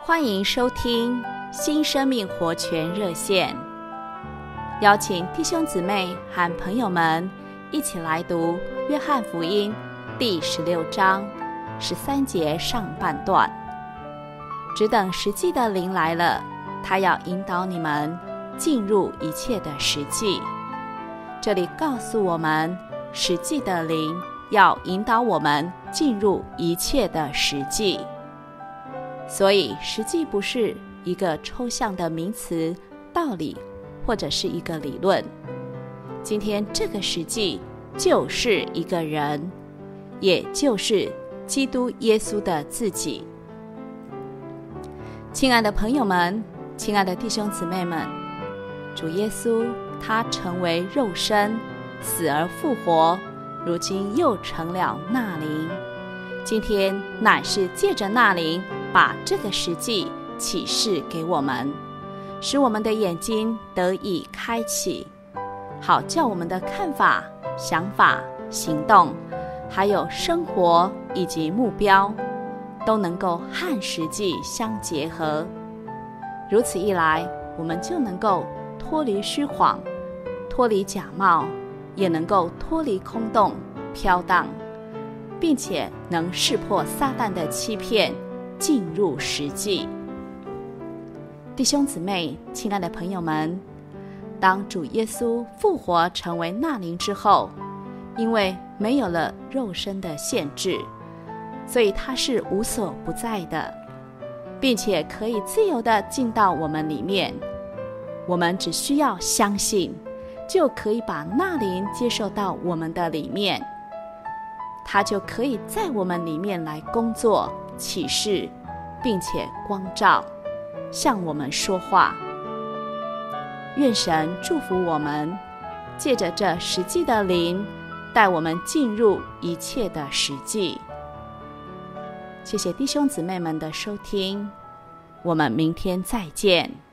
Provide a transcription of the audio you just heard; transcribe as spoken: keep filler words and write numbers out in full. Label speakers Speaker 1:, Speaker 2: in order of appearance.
Speaker 1: 欢迎收听新生命活泉热线，邀请弟兄姊妹和朋友们一起来读约翰福音第十六章十三节上半段。只等实际的灵来了，他要引导你们进入一切的实际。这里告诉我们，实际的灵要引导我们进入一切的实际。所以实际不是一个抽象的名词、道理或者是一个理论。今天这个实际就是一个人，也就是基督耶稣的自己。亲爱的朋友们，亲爱的弟兄姊妹们，主耶稣他成为肉身，死而复活，如今又成了那灵。今天乃是借着那灵把这个实际启示给我们，使我们的眼睛得以开启，好叫我们的看法、想法、行动，还有生活以及目标，都能够和实际相结合。如此一来，我们就能够脱离虚谎，脱离假冒，也能够脱离空洞、飘荡，并且能识破撒旦的欺骗，进入实际。弟兄姊妹，亲爱的朋友们，当主耶稣复活成为那灵之后，因为没有了肉身的限制，所以他是无所不在的，并且可以自由地进到我们里面。我们只需要相信，就可以把那灵接受到我们的里面，他就可以在我们里面来工作、启示，并且光照，向我们说话。愿神祝福我们，借着这实际的灵，带我们进入一切的实际。谢谢弟兄姊妹们的收听，我们明天再见。